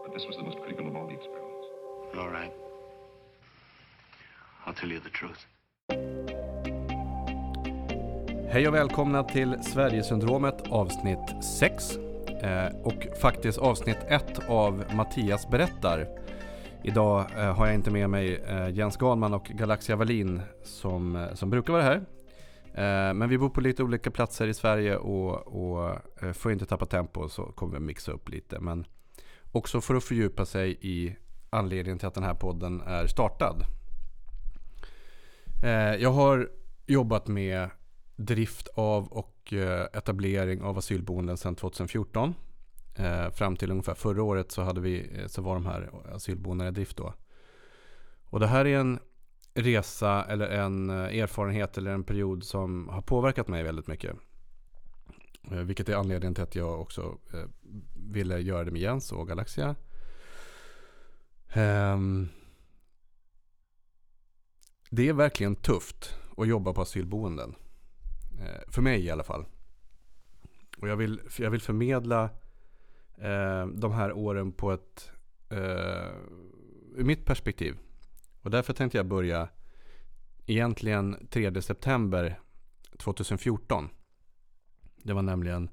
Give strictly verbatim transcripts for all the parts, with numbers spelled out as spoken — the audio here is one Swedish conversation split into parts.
But this was the most critical of all the experiments. All right. I'll tell you the truth. Hej och välkomna till Sverigesyndromet avsnitt sex eh, och faktiskt avsnitt ett av Mattias berättar. Idag eh, har jag inte med mig eh, Jens Ganman och Galaxia Wallin som, eh, som brukar vara här. Eh, men vi bor på lite olika platser i Sverige och, och eh, får inte tappa tempo, så kommer vi mixa upp lite. Men också för att fördjupa sig i anledningen till att den här podden är startad. Eh, jag har jobbat med drift av och etablering av asylboenden sedan tjugohundrafjorton. Eh, fram till ungefär förra året så, hade vi, så var de här asylboendena i drift då. Och det här är en resa eller en erfarenhet eller en period som har påverkat mig väldigt mycket. Eh, vilket är anledningen till att jag också eh, ville göra det med Jens och Galaxia. Eh, det är verkligen tufft att jobba på asylboenden. För mig i alla fall. Och jag vill, jag vill förmedla eh, de här åren på ett eh, ur mitt perspektiv. Och därför tänkte jag börja egentligen tredje september tjugohundrafjorton. Det var nämligen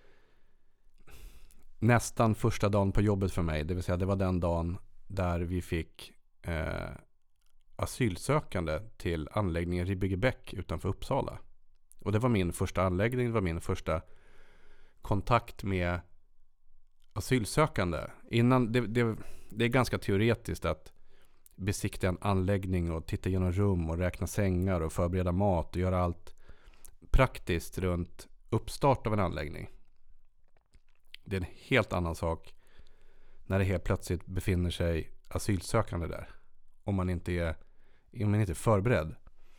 nästan första dagen på jobbet för mig. Det vill säga det var den dagen där vi fick eh, asylsökande till anläggningen Ribbegebäck utanför Uppsala. Och det var min första anläggning, det var min första kontakt med asylsökande. Innan, det, det, det är ganska teoretiskt att besikta en anläggning och titta genom rum och räkna sängar och förbereda mat och göra allt praktiskt runt uppstart av en anläggning. Det är en helt annan sak när det helt plötsligt befinner sig asylsökande där. Om man inte är, om man inte är förberedd.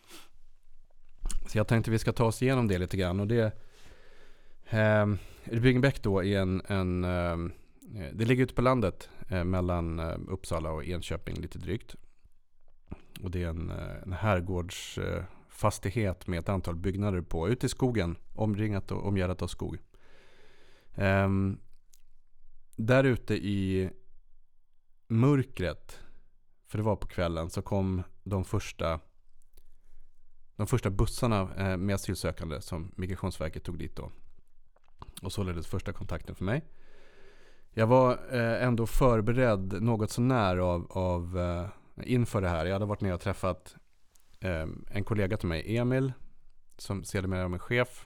Så jag tänkte vi ska ta oss igenom det lite grann. Och det eh, Ribbegebäck då är en, en eh, det ligger ute på landet eh, mellan eh, Uppsala och Enköping lite drygt. Och det är en, en herrgårdsfastighet eh, med ett antal byggnader på ute i skogen, omringat och omgärdat av skog. Eh, där ute i mörkret, för det var på kvällen, så kom de första De första bussarna med asylsökande som Migrationsverket tog dit då. Och så leddes första kontakten för mig. Jag var ändå förberedd något så när av, av, inför det här. Jag hade varit ner och träffat en kollega till mig, Emil, som sedermera var min chef.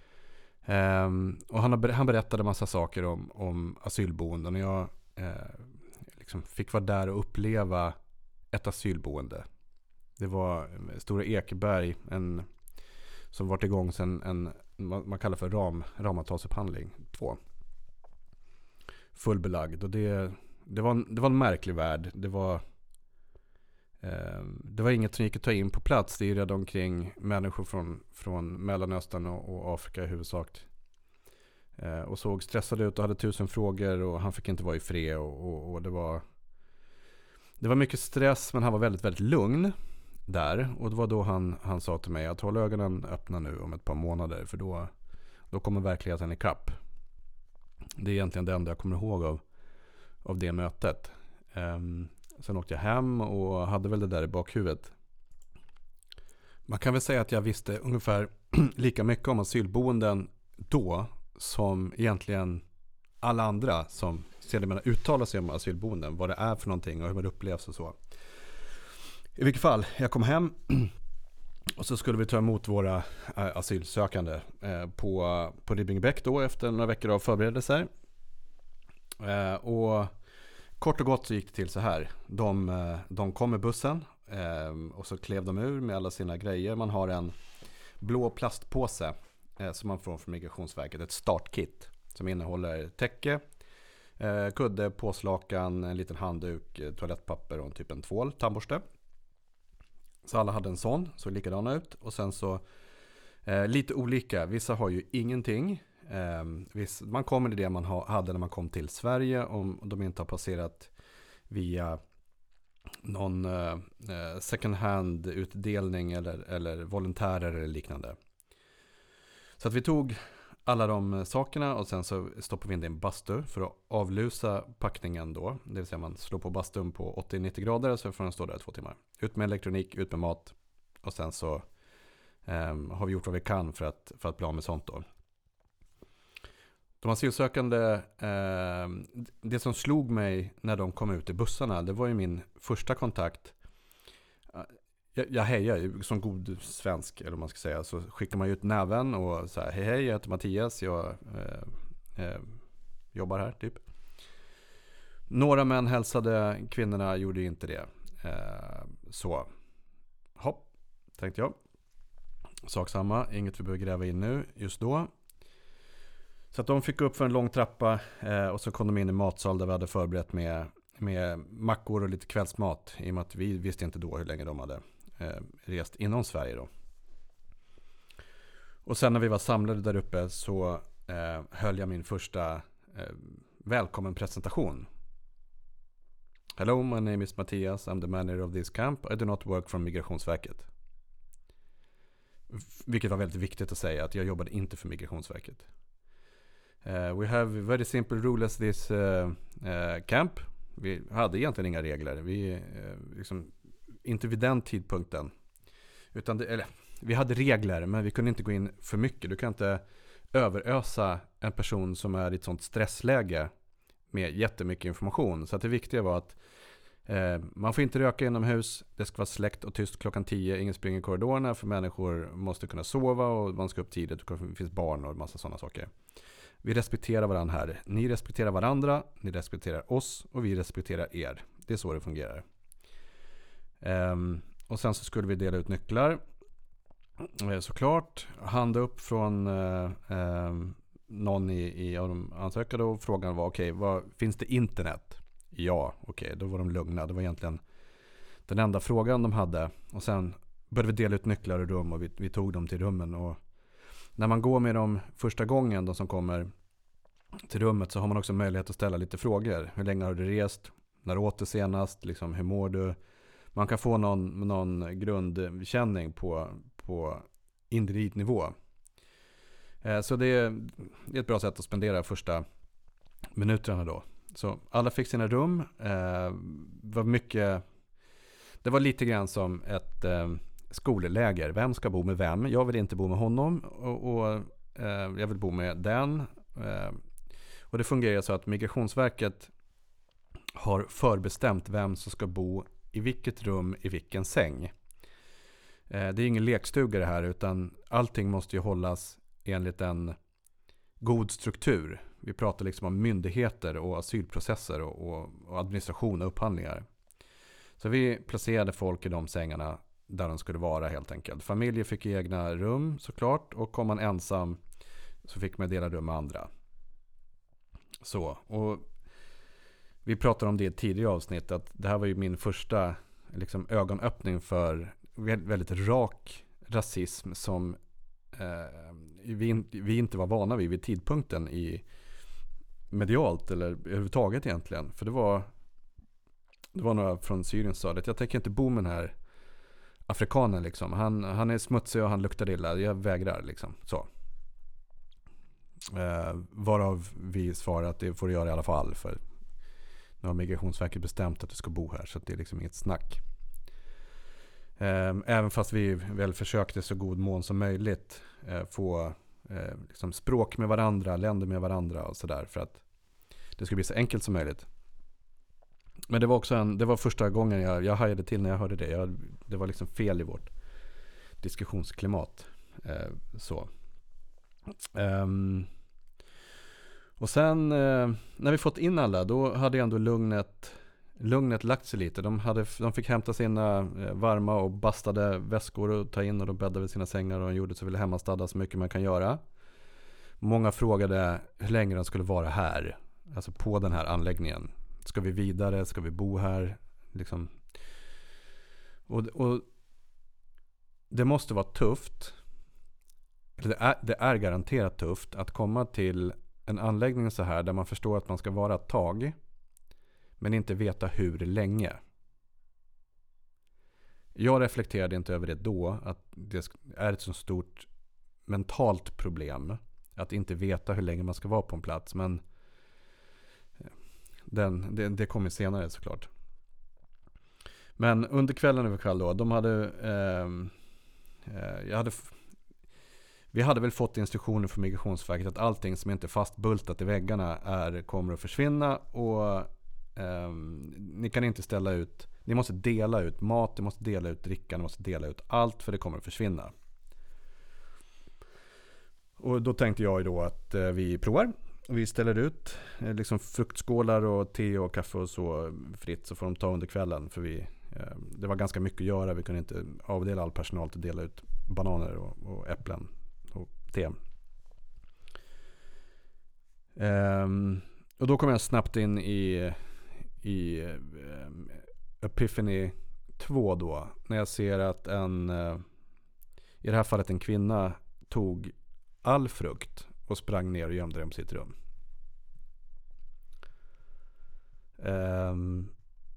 Och han, han berättade massa saker om, om asylboenden. Och jag liksom fick vara där och uppleva ett asylboende. Det var Stora Ekeberg, en, som varit igång sedan en, man kallar för ram, ramavtalsupphandling två. Fullbelagd. Och det, det, var en, det var en märklig värld. Det var, eh, det var inget som gick att ta in på plats. Det är redan omkring människor från, från Mellanöstern och, och Afrika i huvudsak. Eh, och såg stressade ut och hade tusen frågor och han fick inte vara i fred. Och, och, och det var det var mycket stress, men han var väldigt, väldigt lugn där. Och det var då han, han sa till mig att hålla ögonen öppna nu om ett par månader, för då, då kommer verkligheten i kapp. Det är egentligen det enda jag kommer ihåg av, av det mötet. Um, sen åkte jag hem och hade väl det där i bakhuvudet. Man kan väl säga att jag visste ungefär lika mycket om asylboenden då som egentligen alla andra som sedermera uttalar sig om asylboenden, vad det är för någonting och hur man upplevs och så. I vilket fall, jag kom hem och så skulle vi ta emot våra asylsökande på, på Ribbegebäck då efter några veckor av förberedelser. Och kort och gott så gick det till så här. De, de kom med bussen och så klev de ur med alla sina grejer. Man har en blå plastpåse som man får från Migrationsverket, ett startkit som innehåller täcke, kudde, påslakan, en liten handduk, toalettpapper och en typ en tvål, tandborste. Så alla hade en sån, såg likadana ut. Och sen så eh, lite olika. Vissa har ju ingenting. Eh, viss, man kommer till det man ha, hade när man kom till Sverige. Om de inte har passerat via någon eh, second hand utdelning eller, eller volontärer eller liknande. Så att vi tog alla de sakerna och sen så stoppar vi in det i en bastu för att avlusa packningen då. Det vill säga man slår på bastun på åttio till nittio grader så får den stå där två timmar. Ut med elektronik, ut med mat och sen så um, har vi gjort vad vi kan för att, för att bli av med sånt då. De asylsökande, eh, det som slog mig när de kom ut i bussarna, det var ju min första kontakt. Jag, jag hejar ju som god svensk, eller vad man ska säga, så skickar man ju ut näven och så här, hej hej, jag heter Mattias, jag eh, eh, jobbar här typ. Några män hälsade, kvinnorna gjorde ju inte det. Eh, så, hopp, tänkte jag. Sak samma, inget vi behöver gräva in nu just då. Så att de fick upp för en lång trappa eh, och så kom de in i matsal där vi hade förberett med, med mackor och lite kvällsmat. I och med att vi visste inte då hur länge de hade eh, rest inom Sverige då. Och sen när vi var samlade där uppe så eh, höll jag min första eh, välkommen presentation. Hello, my name is Mattias. I'm the manager of this camp. I do not work from Migrationsverket. Vilket var väldigt viktigt att säga, att jag jobbade inte för Migrationsverket. Uh, we have very simple rule as this uh, uh, camp. Vi hade egentligen inga regler. Vi, uh, liksom, inte vid den tidpunkten. Utan det, eller, vi hade regler, men vi kunde inte gå in för mycket. Du kan inte överösa en person som är i ett sånt stressläge med jättemycket information. Så att det viktiga var att uh, man får inte röka inomhus. Det ska vara släckt och tyst klockan tio. Ingen springer i korridorerna, för människor måste kunna sova och man ska upp tidigt. Det finns barn och en massa sådana saker. Vi respekterar varandra här. Ni respekterar varandra, ni respekterar oss och vi respekterar er. Det är så det fungerar. Um, och sen så skulle vi dela ut nycklar. Uh, såklart. Hand upp från uh, um, någon i, i av de ansökade och frågan var okej, okay, finns det internet? Ja, okej, okay, då var de lugna. Det var egentligen den enda frågan de hade. Och sen började vi dela ut nycklar i rum och vi, vi tog dem till rummen och när man går med dem första gången, de som kommer till rummet, så har man också möjlighet att ställa lite frågor. Hur länge har du rest? När åt du senast? Liksom, hur mår du? Man kan få någon, någon grundkänning på, på individnivå. Eh, så det är, det är ett bra sätt att spendera första minuterna då. Så alla fick sina rum. Eh, var mycket, det var lite grann som ett eh, skolläger. Vem ska bo med vem? Jag vill inte bo med honom och, och eh, jag vill bo med den. Eh, och det fungerar så att Migrationsverket har förbestämt vem som ska bo i vilket rum, i vilken säng. Eh, det är ingen lekstuga det här, utan allting måste ju hållas enligt en god struktur. Vi pratar liksom om myndigheter och asylprocesser och, och, och administration och upphandlingar. Så vi placerade folk i de sängarna där de skulle vara helt enkelt. Familjer fick egna rum såklart, och kom man ensam så fick man dela rum med andra. Så, och vi pratade om det i ett tidigare avsnitt, att det här var ju min första liksom, ögonöppning för väldigt rak rasism som eh, vi, vi inte var vana vid vid tidpunkten i medialt eller överhuvudtaget egentligen. För det var det var några från Syrien sa att jag tänker inte bo med den här afrikanen liksom. Han, han är smutsig och han luktar illa. Jag vägrar liksom. Så. Eh, varav vi svarar att det får du göra i alla fall, för nu har Migrationsverket bestämt att du ska bo här, så att det är liksom inget snack. Eh, även fast vi väl försökte så god mån som möjligt eh, få eh, liksom språk med varandra, länder med varandra och sådär, för att det skulle bli så enkelt som möjligt. Men det var också en, det var första gången jag, jag hajade till när jag hörde det. Jag, det var liksom fel i vårt diskussionsklimat. Eh, så. Um, och sen eh, när vi fått in alla, då hade ändå lugnet, lugnet lagt sig lite. De, hade, de fick hämta sina eh, varma och bastade väskor och ta in, och de bäddade vid sina sängar och de gjorde så ville hemmastadda så mycket man kan göra. Många frågade hur länge de skulle vara här, alltså på den här anläggningen. Ska vi vidare? Ska vi bo här? Liksom. Och, och det måste vara tufft. Det är, det är garanterat tufft att komma till en anläggning så här där man förstår att man ska vara ett tag, men inte veta hur länge. Jag reflekterade inte över det då, att det är ett så stort mentalt problem att inte veta hur länge man ska vara på en plats. Men den, det, det kommer senare såklart. Men under kvällen över kväll då, de hade, eh, eh, jag hade, vi hade väl fått instruktioner från Migrationsverket att allting som inte är fastbultat i väggarna är, kommer att försvinna, och eh, ni kan inte ställa ut, ni måste dela ut mat, ni måste dela ut dricka, ni måste dela ut allt, för det kommer att försvinna. Och då tänkte jag ju då att eh, vi provar. Vi ställer ut eh, liksom fruktskålar och te och kaffe och så fritt, så får de ta under kvällen, för vi, eh, det var ganska mycket att göra. Vi kunde inte avdela all personal till att dela ut bananer och, och äpplen och te. Ehm, och då kom jag snabbt in i, i eh, Epiphany två då, när jag ser att en, eh, i det här fallet en kvinna, tog all frukt och sprang ner och gömde den på sitt rum. Um,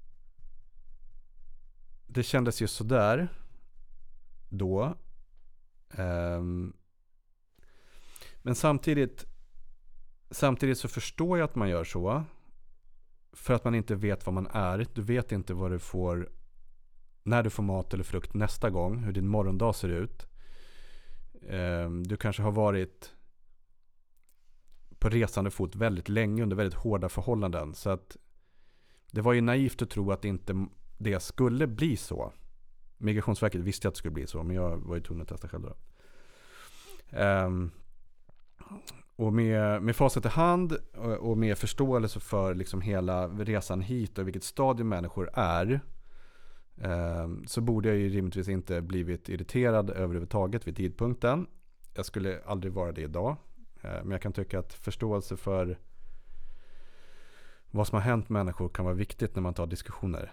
det kändes ju sådär då. Um, men samtidigt samtidigt så förstår jag att man gör så, för att man inte vet vad man är. Du vet inte vad du får när du får mat eller frukt nästa gång, hur din morgondag ser ut. Um, du kanske har varit på resande fot väldigt länge under väldigt hårda förhållanden, så att det var ju naivt att tro att inte det skulle bli så. Migrationsverket visste att det skulle bli så, men jag var ju tvungen att testa själv då. Um, och med, med facit i hand och, och med förståelse för liksom hela resan hit och vilket stadie människor är, um, så borde jag ju rimligtvis inte blivit irriterad överhuvudtaget vid tidpunkten. Jag skulle aldrig vara det idag. Men jag kan tycka att förståelse för vad som har hänt människor kan vara viktigt när man tar diskussioner.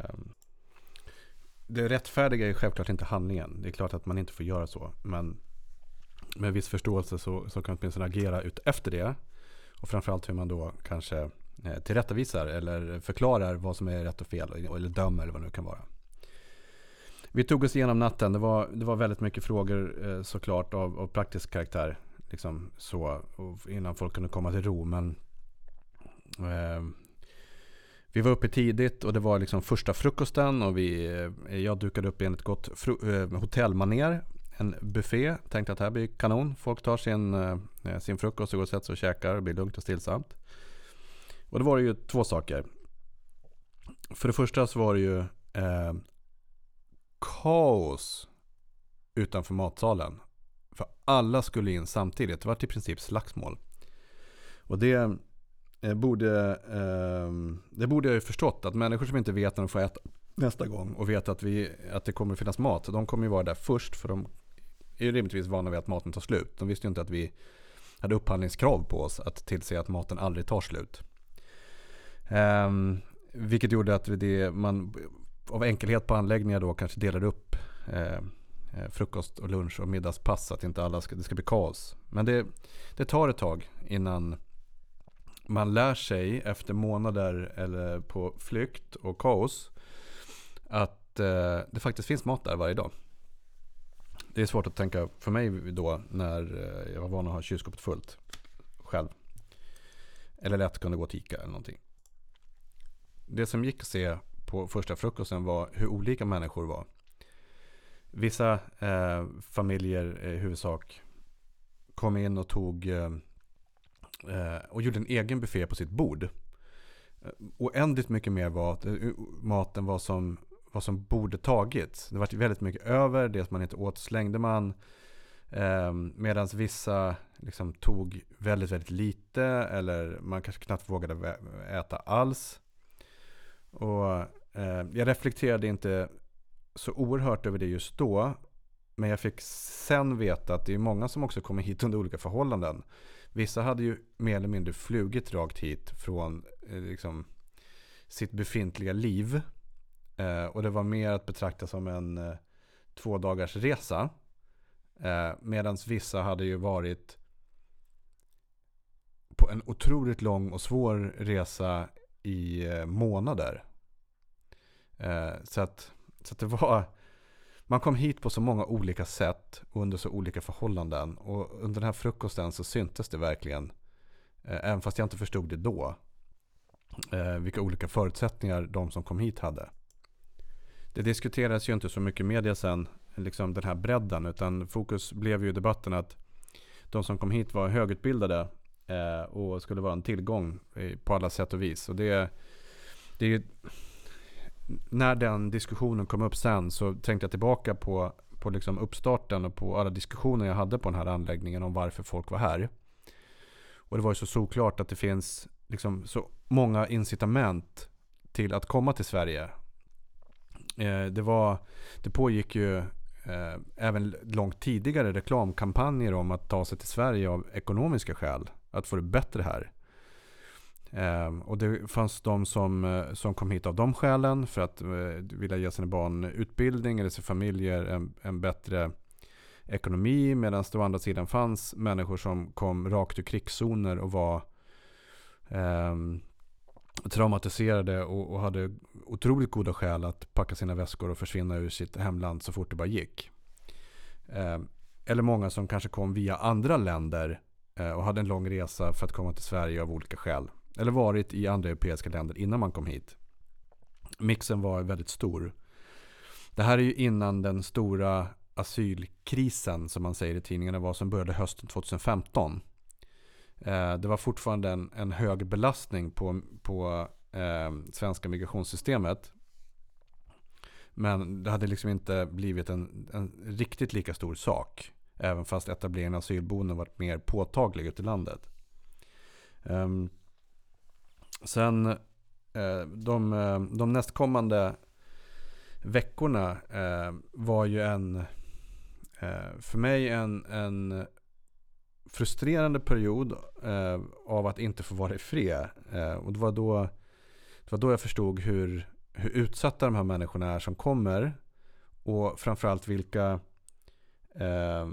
Det rättfärdiga är självklart inte handlingen. Det är klart att man inte får göra så. Men med viss förståelse så, så kan man åtminstone agera ut efter det. Och framförallt hur man då kanske tillrättavisar eller förklarar vad som är rätt och fel. Eller dömer eller vad det nu kan vara. Vi tog oss igenom natten. Det var, det var väldigt mycket frågor såklart av, av praktisk karaktär. Liksom så, innan folk kunde komma till ro, men eh, vi var uppe tidigt och det var liksom första frukosten, och vi, eh, jag dukade upp i ett gott fru- eh, hotellmaner, en buffé, tänkte att det här blir kanon, folk tar sin, eh, sin frukost och går och sätter sig och käkar, det blir lugnt och stillsamt. Och då var det ju två saker. För det första så var det ju eh, kaos utanför matsalen. För alla skulle in samtidigt. Det var i princip slagsmål. Och det eh, borde eh, det borde jag ju förstått, att människor som inte vet när de får äta nästa gång och vet att, vi, att det kommer att finnas mat, de kommer ju vara där först, för de är ju rimligtvis vana vid att maten tar slut. De visste ju inte att vi hade upphandlingskrav på oss att tillse att maten aldrig tar slut. Eh, vilket gjorde att det, man av enkelhet på anläggningar då kanske delade upp eh, frukost och lunch och middagspass, så att inte alla ska, det ska bli kaos. Men det, det tar ett tag innan man lär sig efter månader eller på flykt och kaos att eh, det faktiskt finns mat där varje dag. Det är svårt att tänka för mig då, när jag var van att ha kylskåpet fullt själv. Eller lätt kunde gå och tika eller någonting. Det som gick att se på första frukosten var hur olika människor var. Vissa eh, familjer i huvudsak kom in och tog eh, och gjorde en egen buffé på sitt bord. Oändligt mycket mer var maten var som, vad som borde tagits. Det var väldigt mycket över. Det som man inte åt slängde man. Eh, Medan vissa liksom tog väldigt, väldigt lite. Eller man kanske knappt vågade äta alls. Och eh, jag reflekterade inte så oerhört över det just då. Men jag fick sen veta att det är många som också kommer hit under olika förhållanden. Vissa hade ju mer eller mindre flugit rakt hit från eh, liksom, sitt befintliga liv. Eh, och det var mer att betrakta som en eh, två dagars resa. Eh, Medan vissa hade ju varit på en otroligt lång och svår resa i eh, månader. Eh, så att, så att det var man kom hit på så många olika sätt och under så olika förhållanden. Och under den här frukosten så syntes det verkligen, eh, även fast jag inte förstod det då, eh, vilka olika förutsättningar de som kom hit hade. Det diskuterades ju inte så mycket i media sen, liksom den här bredden, utan fokus blev ju i debatten att de som kom hit var högutbildade eh, och skulle vara en tillgång eh, på alla sätt och vis. Och det, det är ju, när den diskussionen kom upp sen så tänkte jag tillbaka på, på liksom uppstarten och på alla diskussioner jag hade på den här anläggningen om varför folk var här. Och det var ju så såklart att det finns liksom så många incitament till att komma till Sverige. Eh, det, var, det pågick ju eh, även långt tidigare reklamkampanjer om att ta sig till Sverige av ekonomiska skäl. Att få det bättre här. Eh, och det fanns de som, eh, som kom hit av de skälen för att eh, vilja ge sina barn utbildning eller sina familjer en, en bättre ekonomi, medan det å andra sidan fanns människor som kom rakt ur krigszoner och var eh, traumatiserade och, och hade otroligt goda skäl att packa sina väskor och försvinna ur sitt hemland så fort det bara gick. Eh, eller många som kanske kom via andra länder eh, och hade en lång resa för att komma till Sverige av olika skäl. Eller varit i andra europeiska länder innan man kom hit. Mixen var väldigt stor. Det här är ju innan den stora asylkrisen, som man säger i tidningarna, var, som började hösten tjugohundrafemton. Eh, det var fortfarande en, en hög belastning på, på eh, svenska migrationssystemet. Men det hade liksom inte blivit en, en riktigt lika stor sak. Även fast etableringen av asylboenden varit mer påtaglig ute i landet. Um, sen eh, de, de nästkommande veckorna eh, var ju en eh, för mig en, en frustrerande period eh, av att inte få vara i fred. Eh, och det var då det var då jag förstod hur, hur utsatta de här människorna är som kommer, och framförallt vilka eh,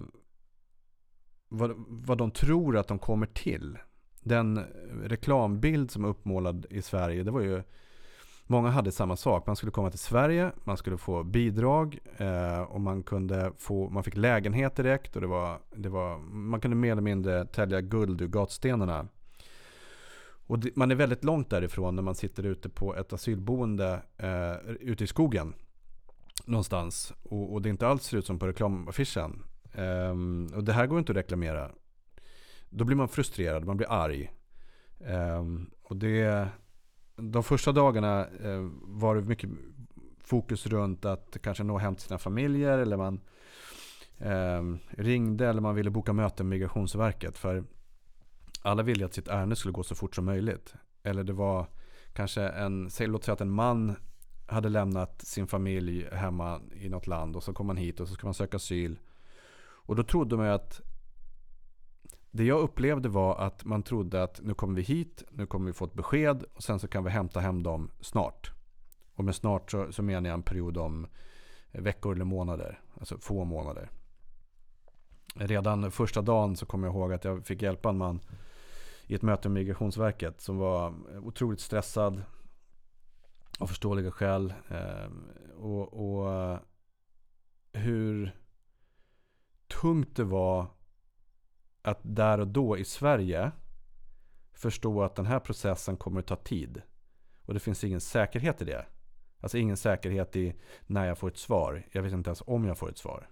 vad, vad de tror att de kommer till. Den reklambild som är uppmålad i Sverige, det var ju, många hade samma sak. Man skulle komma till Sverige, man skulle få bidrag eh, och man kunde få, man fick lägenhet direkt, och det var, det var, man kunde mer eller mindre tälja guld ur gatstenarna. Och det, man är väldigt långt därifrån när man sitter ute på ett asylboende eh, ute i skogen någonstans, och, och det inte alls ser ut som på reklamaffischen. Um, och det här går inte att reklamera. Då blir man frustrerad, man blir arg. Um, och det, de första dagarna uh, var det mycket fokus runt att kanske nå hem till sina familjer, eller man um, ringde eller man ville boka möten med Migrationsverket, för alla ville att sitt ärende skulle gå så fort som möjligt. Eller det var kanske en, säg, låt säga att en man hade lämnat sin familj hemma i något land, och så kom man hit och så ska man söka asyl. Och då trodde man att, det jag upplevde var att man trodde att nu kommer vi hit, nu kommer vi få ett besked, och sen så kan vi hämta hem dem snart. Och med snart så, så menar jag en period om veckor eller månader, alltså få månader. Redan första dagen så kommer jag ihåg att jag fick hjälpa en man i ett möte med Migrationsverket som var otroligt stressad av förståeliga skäl. Och, och hur tungt det var att där och då i Sverige förstå att den här processen kommer att ta tid. Och det finns ingen säkerhet i det. Alltså ingen säkerhet i när jag får ett svar. Jag vet inte ens om jag får ett svar.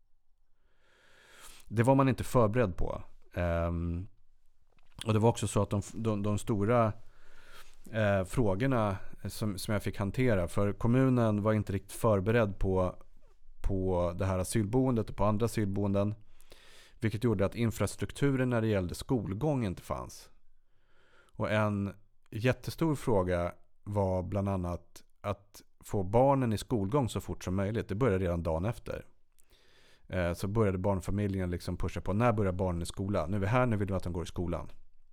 Det var man inte förberedd på. Um, och det var också så att de, de, de stora eh, frågorna som, som jag fick hantera, för kommunen var inte riktigt förberedd på, på det här asylboendet och på andra asylboenden, vilket gjorde att infrastrukturen när det gällde skolgång inte fanns. Och en jättestor fråga var bland annat att få barnen i skolgång så fort som möjligt. Det började redan dagen efter. Så började barnfamiljen liksom pusha på, när börjar barnen i skolan? Nu är vi här, nu vill vi att de går i skolan.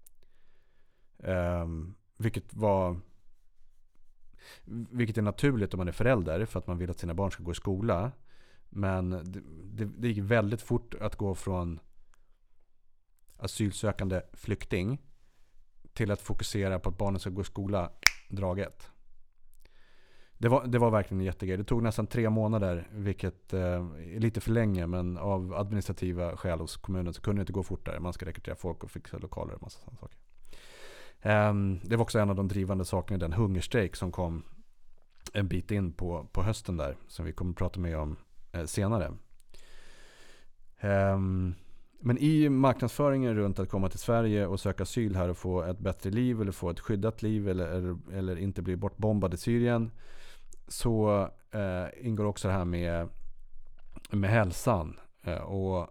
Um, vilket var vilket är naturligt om man är förälder, för att man vill att sina barn ska gå i skola. Men det, det, det gick väldigt fort att gå från asylsökande flykting till att fokusera på att barnen ska gå i skola draget. det, var, det var verkligen en jättegrej. Det tog nästan tre månader, vilket eh, är lite för länge, men av administrativa skäl hos kommunen så kunde det inte gå fortare. Man ska rekrytera folk och fixa lokaler och massa sådana saker. Eh, det var också en av de drivande sakerna i den hungerstrejk som kom en bit in på, på hösten där, som vi kommer att prata mer om eh, senare. Eh, Men i marknadsföringen runt att komma till Sverige och söka asyl här och få ett bättre liv eller få ett skyddat liv eller, eller, eller inte bli bortbombad i Syrien, så eh, ingår också det här med, med hälsan. Eh, och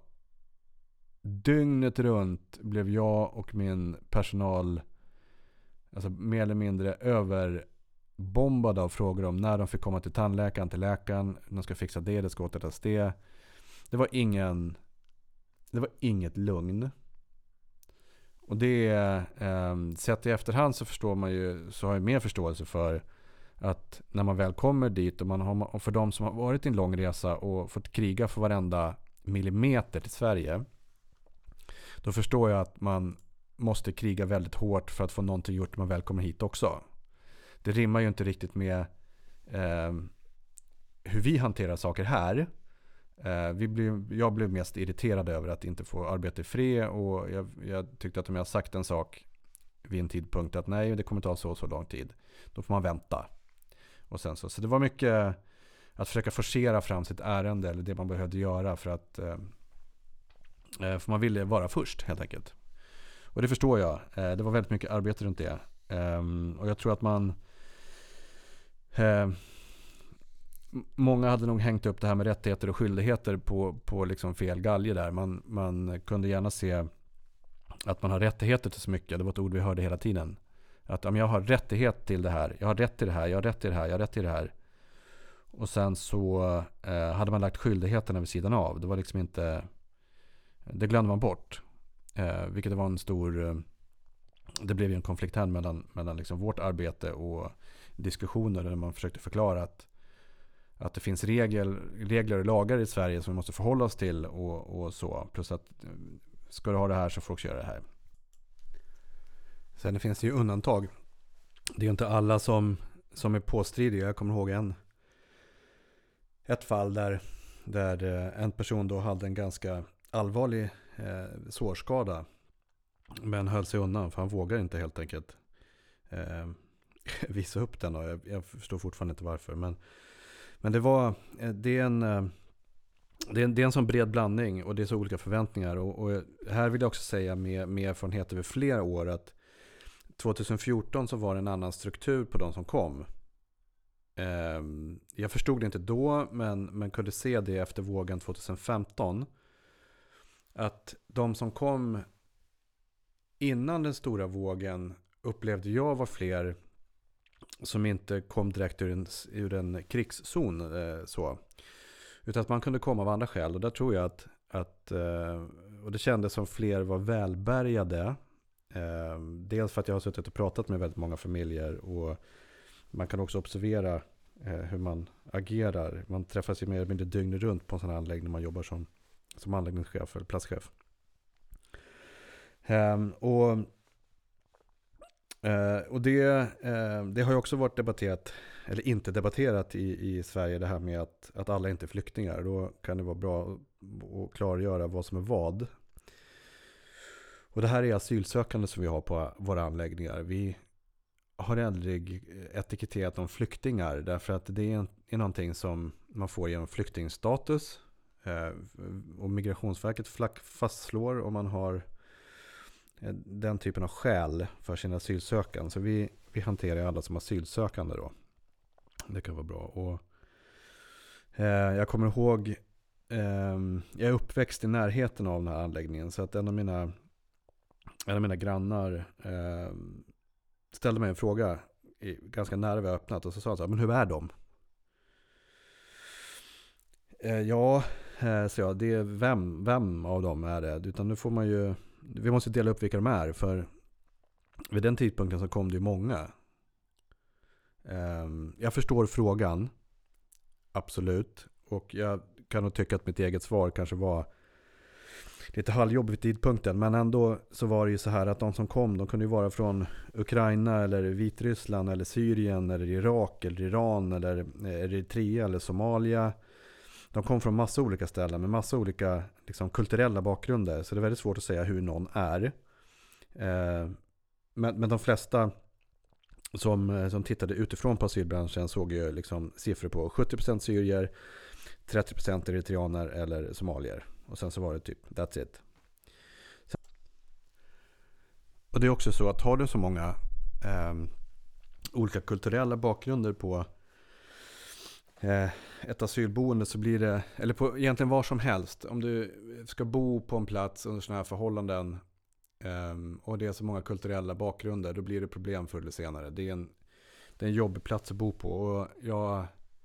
dygnet runt blev jag och min personal alltså mer eller mindre överbombade av frågor om när de fick komma till tandläkaren, till läkaren, de ska fixa det, det ska åtgärdas det. Det var ingen Det var inget lugn. Och det eh, sett i efterhand så förstår man ju, så har jag mer förståelse för att när man väl kommer dit och, man har, och för de som har varit i en lång resa och fått kriga för varenda millimeter till Sverige, då förstår jag att man måste kriga väldigt hårt för att få någonting gjort när man väl kommer hit också. Det rimmar ju inte riktigt med eh, hur vi hanterar saker här. Uh, vi blev, jag blev mest irriterad över att inte få arbeta i fred, och jag, jag tyckte att om jag sagt en sak vid en tidpunkt att nej, det kommer ta så så lång tid, då får man vänta. Och sen så, så det var mycket att försöka forcera fram sitt ärende eller det man behövde göra för att uh, uh, för man ville vara först helt enkelt. Och det förstår jag. Uh, det var väldigt mycket arbete runt det. Um, och jag tror att man uh, många hade nog hängt upp det här med rättigheter och skyldigheter på, på liksom fel galge där. Man, man kunde gärna se att man har rättigheter till så mycket. Det var ett ord vi hörde hela tiden. Att om jag har rättighet till det här, jag har rätt till det här, jag har rätt till det här, jag har rätt till det här. Och sen så eh, hade man lagt skyldigheterna vid sidan av. Det var liksom inte, det glömde man bort. Eh, vilket var en stor, eh, det blev ju en konflikt här mellan, mellan liksom vårt arbete och diskussioner där man försökte förklara att Att det finns regel, regler och lagar i Sverige som vi måste förhålla oss till och, och så. Plus att ska du ha det här så får du också göra det här. Sen finns det ju undantag. Det är ju inte alla som, som är påstridiga. Jag kommer ihåg en, ett fall där, där en person då hade en ganska allvarlig eh, sårskada. Men höll sig undan för han vågar inte helt enkelt eh, visa upp den. Och jag, jag förstår fortfarande inte varför. Men Men det var det är en det är en, det är en sån bred blandning och det är så olika förväntningar och, och här vill jag också säga med, med erfarenhet över flera år att tjugohundrafjorton så var det en annan struktur på de som kom. Eh, jag förstod det inte då men, men kunde se det efter vågen tjugohundrafemton att de som kom innan den stora vågen upplevde jag var fler som inte kom direkt ur en, ur en krigszon eh, så. Utan att man kunde komma av andra skäl. Och där tror jag att, att eh, och det kändes som fler var välbärgade. Eh, dels för att jag har suttit och pratat med väldigt många familjer. Och man kan också observera eh, hur man agerar. Man träffas ju mer eller mindre dygnet runt på en sån här anläggning när man jobbar som, som anläggningschef eller platschef. Eh, och Uh, och det, uh, det har ju också varit debatterat, eller inte debatterat i, i Sverige det här med att, att alla inte är flyktingar. Då kan det vara bra att, att klargöra vad som är vad. Och det här är asylsökande som vi har på våra anläggningar. Vi har aldrig etiketterat dem flyktingar därför att det är, är någonting som man får genom flyktingstatus. Uh, och Migrationsverket fastslår om man har den typen av skäl för sina asylsökande. Så vi, vi hanterar alla som asylsökande då. Det kan vara bra. Och, eh, jag kommer ihåg eh, jag är uppväxt i närheten av den här anläggningen så att en av mina, en av mina grannar eh, ställde mig en fråga i, ganska nära vi har öppnat och så sa han så här, men hur är de? Eh, ja, eh, så ja, det är vem, vem av dem är det? Utan nu får man ju vi måste dela upp vilka de är för vid den tidpunkten så kom det ju många. Um, jag förstår frågan absolut och jag kan nog tycka att mitt eget svar kanske var lite halvjobbig vid tidpunkten. Men ändå så var det ju så här att de som kom, de kunde ju vara från Ukraina eller Vitryssland eller Syrien eller Irak eller Iran eller Eritrea eller Somalia. De kom från massa olika ställen med massa olika liksom, kulturella bakgrunder. Så det är väldigt svårt att säga hur någon är. Eh, men, men de flesta som, som tittade utifrån på asylbranschen såg ju liksom siffror på sjuttio procent syrier, trettio procent eritreaner eller somalier. Och sen så var det typ, that's it. Och det är också så att har du så många eh, olika kulturella bakgrunder på eh, ett asylboende så blir det, eller på egentligen var som helst. Om du ska bo på en plats under sådana här förhållanden eh, och det är så många kulturella bakgrunder, då blir det problem förr eller senare. Det är en, det är en jobbig plats att bo på. Och jag...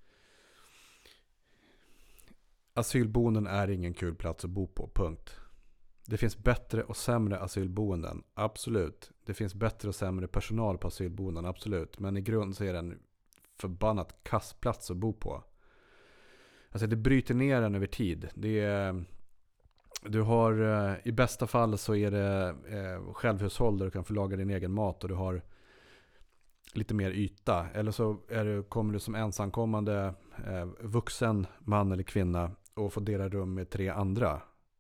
Asylboenden är ingen kul plats att bo på, punkt. Det finns bättre och sämre asylboenden, absolut. Det finns bättre och sämre personal på asylboenden, absolut. Men i grund så är det en förbannat kassplats att bo på. Alltså det bryter ner en över tid. Det är, du har, i bästa fall så är det eh, självhushåll där du kan få laga din egen mat och du har lite mer yta. Eller så är du, kommer du som ensamkommande eh, vuxen man eller kvinna och får dela rum med tre andra.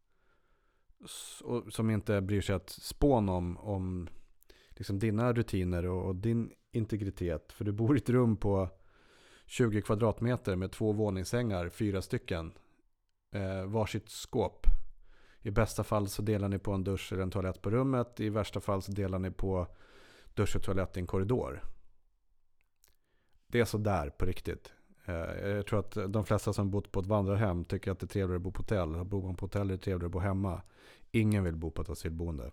S- och, som inte bryr sig att spåna om, om liksom dina rutiner och, och din integritet. För du bor i ett rum på tjugo kvadratmeter med två våningssängar, fyra stycken. Eh, varsitt skåp. I bästa fall så delar ni på en dusch eller en toalett på rummet. I värsta fall så delar ni på dusch och toalett i en korridor. Det är så där på riktigt. Jag tror att de flesta som bott på ett vandrarhem tycker att det är trevligare att bo på hotell. Bor man på hotell är det trevligare att bo hemma. Ingen vill bo på ett asylboende.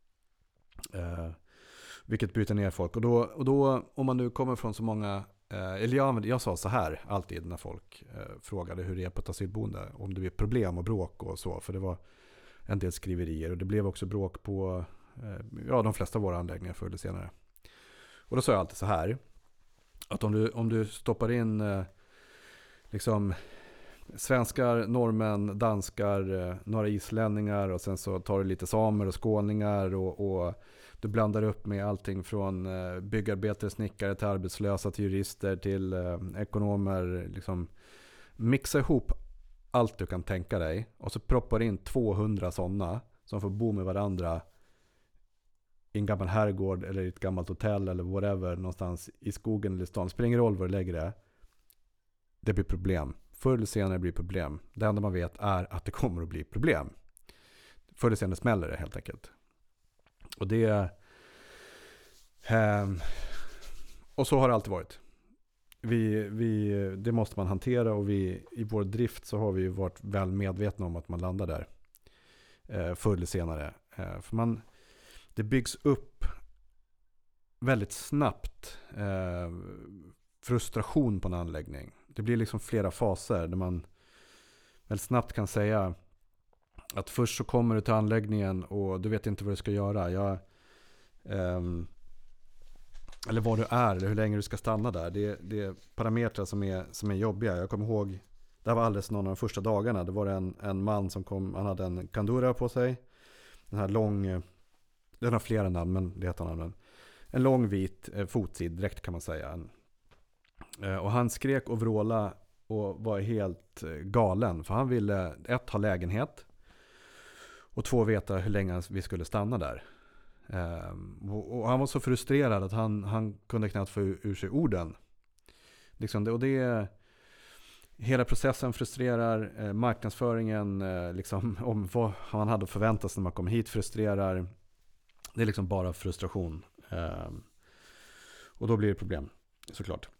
Eh, vilket bryter ner folk. Och då, och då om man nu kommer från så många... Eh, eller jag, jag sa så här alltid när folk eh, frågade hur det är på ett asylboende. Om det blir problem och bråk och så. För det var en del skriverier. Och det blev också bråk på eh, ja, de flesta av våra anläggningar förr eller senare. Och då sa jag alltid så här. Att om du, om du stoppar in eh, liksom svenskar, norrmän, danskar, eh, några islänningar och sen så tar du lite samer och skåningar och, och du blandar upp med allting från eh, byggarbetare, snickare till arbetslösa till jurister till eh, ekonomer. Liksom, mixa ihop allt du kan tänka dig och så proppar in tvåhundra sådana som får bo med varandra i en gammal herrgård eller i ett gammalt hotell eller whatever någonstans i skogen eller i stan. Det spelar ingen roll var du lägger det. Det blir problem. Förr eller senare blir problem. Det enda man vet är att det kommer att bli problem. Förr eller senare smäller det helt enkelt. Och det eh, och så har det alltid varit. Vi, vi, det måste man hantera och vi, i vår drift så har vi varit väl medvetna om att man landar där eh, förr eller senare. Eh, för man Det byggs upp väldigt snabbt eh, frustration på en anläggning. Det blir liksom flera faser där man väldigt snabbt kan säga att först så kommer du till anläggningen och du vet inte vad du ska göra. Jag, eh, eller var du är eller hur länge du ska stanna där. Det, det är parametrar som är, som är jobbiga. Jag kommer ihåg, det var alldeles någon av de första dagarna. Det var en, en man som kom, han hade en kandura på sig. Den här lång... Den har flera namn, men det heter namnen. En lång vit eh, fotsid direkt kan man säga. En, eh, och han skrek och vråla och var helt eh, galen. För han ville ett, ha lägenhet. Och två, veta hur länge vi skulle stanna där. Eh, och, och han var så frustrerad att han, han kunde knappt få ur, ur sig orden. Liksom det, och det hela processen frustrerar. Eh, marknadsföringen, eh, liksom, om vad han hade förväntat sig när man kom hit frustrerar. Det är liksom bara frustration. Eh, och då blir det problem, såklart.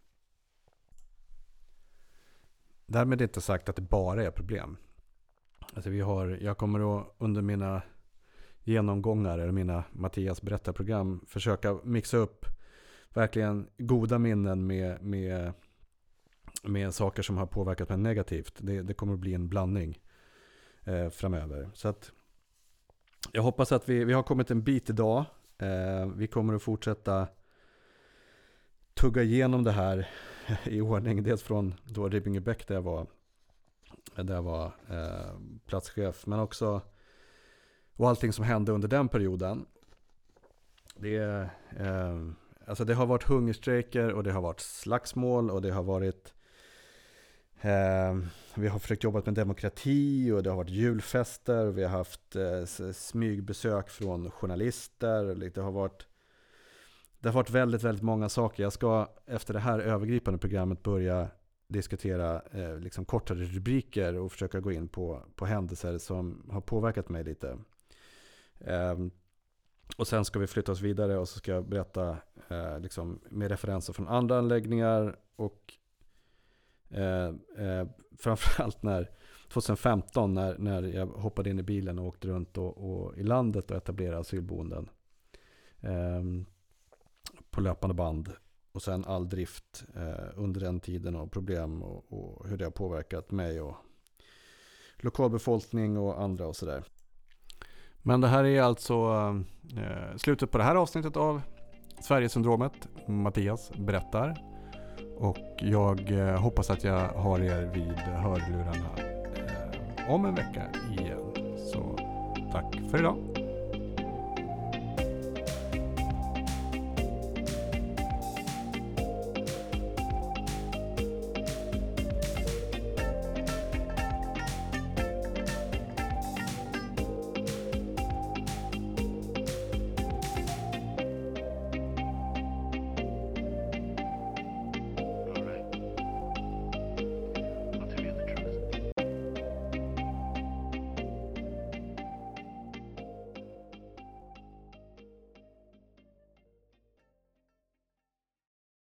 Därmed är det inte sagt att det bara är problem. Alltså vi har, jag kommer att under mina genomgångar eller mina Mattias berättarprogram försöka mixa upp verkligen goda minnen med, med, med saker som har påverkat mig negativt. Det, det kommer att bli en blandning eh, framöver. Så att jag hoppas att vi, vi har kommit en bit idag. Eh, vi kommer att fortsätta tugga igenom det här i ordning. Dels från då Ribbingebäck där jag var, där jag var eh, platschef. Men också och allting som hände under den perioden. Det, eh, alltså det har varit hungerstrejker och det har varit slagsmål och det har varit eh, vi har försökt jobba med demokrati och det har varit julfester och vi har haft eh, smygbesök från journalister. Det har varit det har varit väldigt, väldigt många saker. Jag ska efter det här övergripande programmet börja diskutera eh, liksom kortare rubriker och försöka gå in på, på händelser som har påverkat mig lite. Eh, och sen ska vi flytta oss vidare och så ska jag berätta eh, liksom med referenser från andra anläggningar och eh, eh, framförallt när tjugohundrafemton när, när jag hoppade in i bilen och åkte runt och, och i landet och etablerade asylboenden eh, på löpande band. Och sen all drift eh, under den tiden och problem och, och hur det har påverkat mig och lokalbefolkning och andra och sådär. Men det här är alltså eh, slutet på det här avsnittet av Sverigesyndromet. Mattias berättar. Och jag eh, hoppas att jag har er vid hörlurarna eh, om en vecka igen. Så tack för idag.